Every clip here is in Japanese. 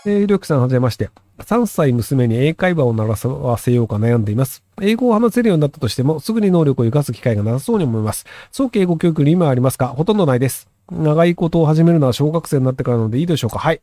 りょうきさんはじめまして。3歳娘に英会話を習わせようか悩んでいます。英語を話せるようになったとしても、すぐに能力を生かす機会がなさそうに思います。早期英語教育に今ありますか？ほとんどないです。長いことを始めるのは小学生になってからなのでいいでしょうか？はい。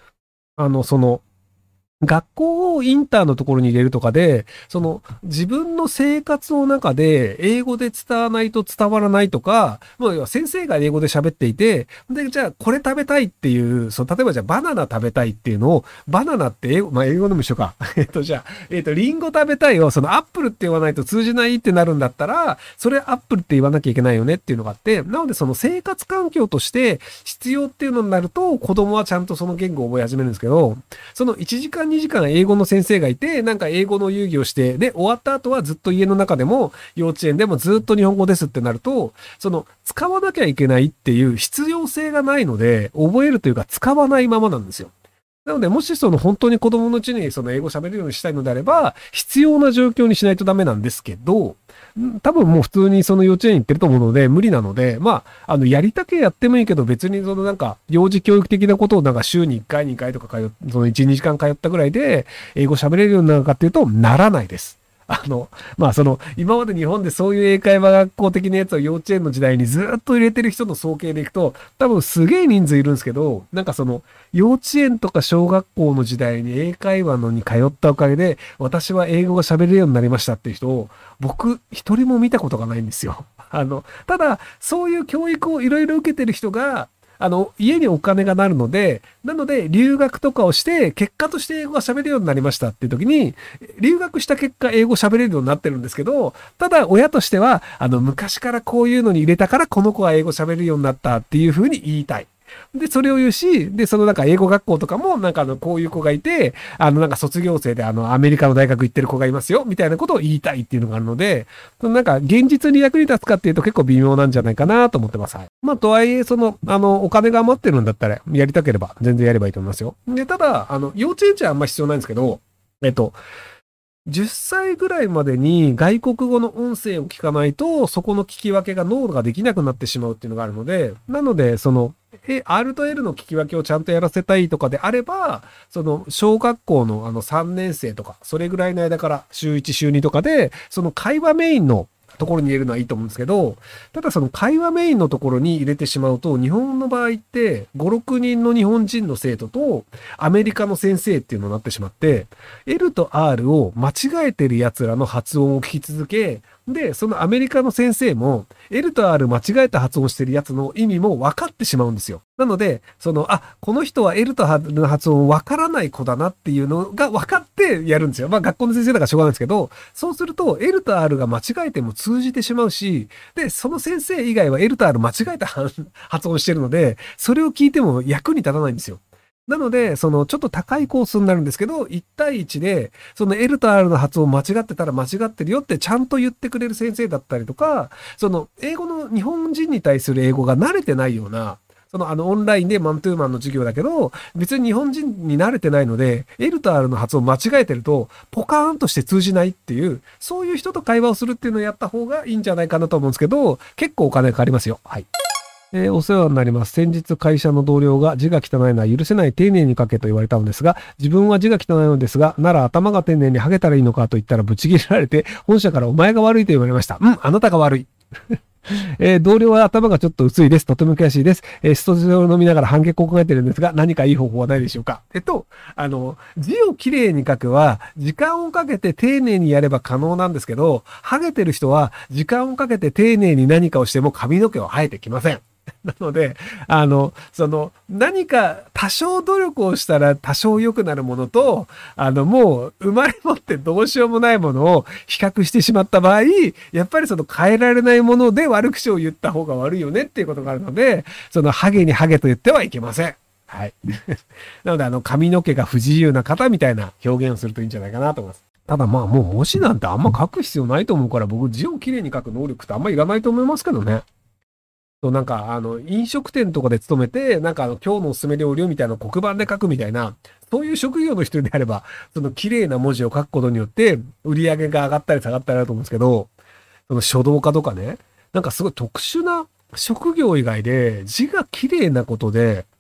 学校をインターのところに入れるとかで、自分の生活の中で英語で伝わないと伝わらないとか、もう要は先生が英語で喋っていて、で、じゃあこれ食べたいっていう、例えばじゃあバナナ食べたいっていうのを、バナナって英語、英語でも一緒か。じゃあ、リンゴ食べたいを、アップルって言わないと通じないってなるんだったら、それアップルって言わなきゃいけないよねっていうのがあって、なので生活環境として必要っていうのになると、子供はちゃんとその言語を覚え始めるんですけど、1時間2時間英語の先生がいて、なんか英語の遊戯をして、で、終わった後はずっと家の中でも、幼稚園でもずっと日本語ですってなると、使わなきゃいけないっていう必要性がないので、覚えるというか使わないままなんですよ。なので、もし本当に子供のうちに英語喋れるようにしたいのであれば、必要な状況にしないとダメなんですけど、多分もう普通に幼稚園行ってると思うので無理なので、やりたけやってもいいけど別に幼児教育的なことを週に1回2回とか1、2時間通ったぐらいで英語喋れるようになるかっていうとならないです。今まで日本でそういう英会話学校的なやつを幼稚園の時代にずっと入れてる人の総計でいくと、多分すげえ人数いるんですけど、幼稚園とか小学校の時代に英会話のに通ったおかげで、私は英語が喋れるようになりましたっていう人を、僕一人も見たことがないんですよ。ただ、そういう教育をいろいろ受けてる人が、家にお金がなるので、留学とかをして、結果として英語が喋れるようになりましたっていう時に、留学した結果英語喋れるようになってるんですけど、ただ親としては、昔からこういうのに入れたからこの子は英語喋れるようになったっていう風に言いたい。で、それを言うし、で、英語学校とかも、こういう子がいて、卒業生でアメリカの大学行ってる子がいますよ、みたいなことを言いたいっていうのがあるので、現実に役に立つかっていうと結構微妙なんじゃないかなと思ってます。はい。とはいえ、お金が余ってるんだったら、やりたければ全然やればいいと思いますよ。で、ただ、幼稚園児はあんま必要ないんですけど、10歳ぐらいまでに外国語の音声を聞かないと、そこの聞き分けが脳ができなくなってしまうっていうのがあるので、なので、R と L の聞き分けをちゃんとやらせたいとかであれば、小学校の3年生とか、それぐらいの間から週1、週2とかで、会話メインのところに入れるのはいいと思うんですけど、ただ会話メインのところに入れてしまうと、日本の場合って5、6人の日本人の生徒とアメリカの先生っていうのになってしまって、L と R を間違えてる奴らの発音を聞き続け、で、そのアメリカの先生も L と R 間違えた発音してるやつの意味も分かってしまうんですよ。なので、この人は L と R の発音分からない子だなっていうのが分かってやるんですよ。学校の先生だからしょうがないんですけど、そうすると L と R が間違えても通じてしまうし、で、その先生以外は L と R 間違えた発音してるので、それを聞いても役に立たないんですよ。なので、ちょっと高いコースになるんですけど、1対1で、L と R の発音間違ってたら間違ってるよってちゃんと言ってくれる先生だったりとか、英語の日本人に対する英語が慣れてないような、オンラインでマントゥーマンの授業だけど、別に日本人に慣れてないので、L と R の発音間違えてると、ポカーンとして通じないっていう、そういう人と会話をするっていうのをやった方がいいんじゃないかなと思うんですけど、結構お金かかりますよ。はい。お世話になります。先日会社の同僚が字が汚いのは許せない丁寧に書けと言われたのですが、自分は字が汚いのですが、なら頭が丁寧に剥げたらいいのかと言ったらブチ切れられて、本社からお前が悪いと言われました。あなたが悪い。同僚は頭がちょっと薄いです。とても悔しいです。ストジオを飲みながら反撃を考えているんですが、何かいい方法はないでしょうか？字をきれいに書くは、時間をかけて丁寧にやれば可能なんですけど、剥げてる人は、時間をかけて丁寧に何かをしても髪の毛は生えてきません。なので、何か多少努力をしたら多少良くなるものと、もう生まれ持ってどうしようもないものを比較してしまった場合、やっぱり変えられないもので悪口を言った方が悪いよねっていうことがあるので、ハゲにハゲと言ってはいけません。はい。なので、髪の毛が不自由な方みたいな表現をするといいんじゃないかなと思います。ただもう文字なんてあんま書く必要ないと思うから、僕字をきれいに書く能力ってあんまいらないと思いますけどね。飲食店とかで勤めて、今日のおすすめ料理をみたいな黒板で書くみたいな、そういう職業の人であれば、綺麗な文字を書くことによって、売り上げが上がったり下がったりあると思うんですけど、書道家とかね、すごい特殊な職業以外で、字が綺麗なことで、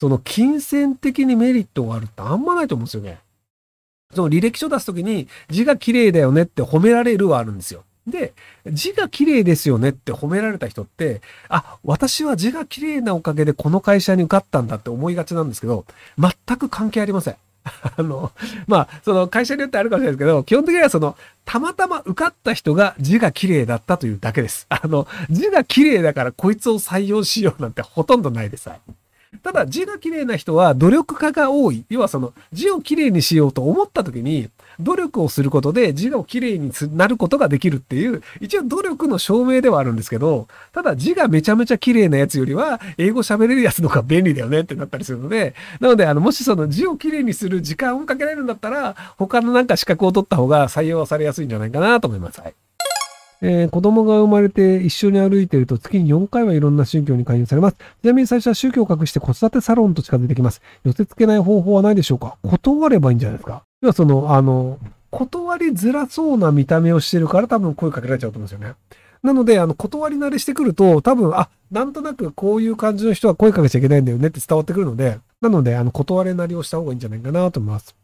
その金銭的にメリットがあるってあんまないと思うんですよね。その履歴書出すときに字が綺麗だよねって褒められるはあるんですよ。で、字が綺麗ですよねって褒められた人って、あ、私は字が綺麗なおかげでこの会社に受かったんだって思いがちなんですけど、全く関係ありません。あの、その会社によってあるかもしれないですけど、基本的にはたまたま受かった人が字が綺麗だったというだけです。字が綺麗だからこいつを採用しようなんてほとんどないです。はい。ただ字が綺麗な人は努力家が多い。要は字を綺麗にしようと思った時に努力をすることで字を綺麗になることができるっていう一応努力の証明ではあるんですけど、ただ字がめちゃめちゃ綺麗なやつよりは英語喋れるやつの方が便利だよねってなったりするので、なのでもし字を綺麗にする時間をかけられるんだったら他のなんか資格を取った方が採用されやすいんじゃないかなと思います。はい。子供が生まれて一緒に歩いていると月に4回はいろんな宗教に勧誘されます。ちなみに最初は宗教を隠して子育てサロンと近づいてきます。寄せ付けない方法はないでしょうか？断ればいいんじゃないですか？要は断りづらそうな見た目をしてるから多分声かけられちゃうと思うんですよね。なので、断り慣れしてくると、多分、なんとなくこういう感じの人は声かけちゃいけないんだよねって伝わってくるので、なので、断れなりをした方がいいんじゃないかなと思います。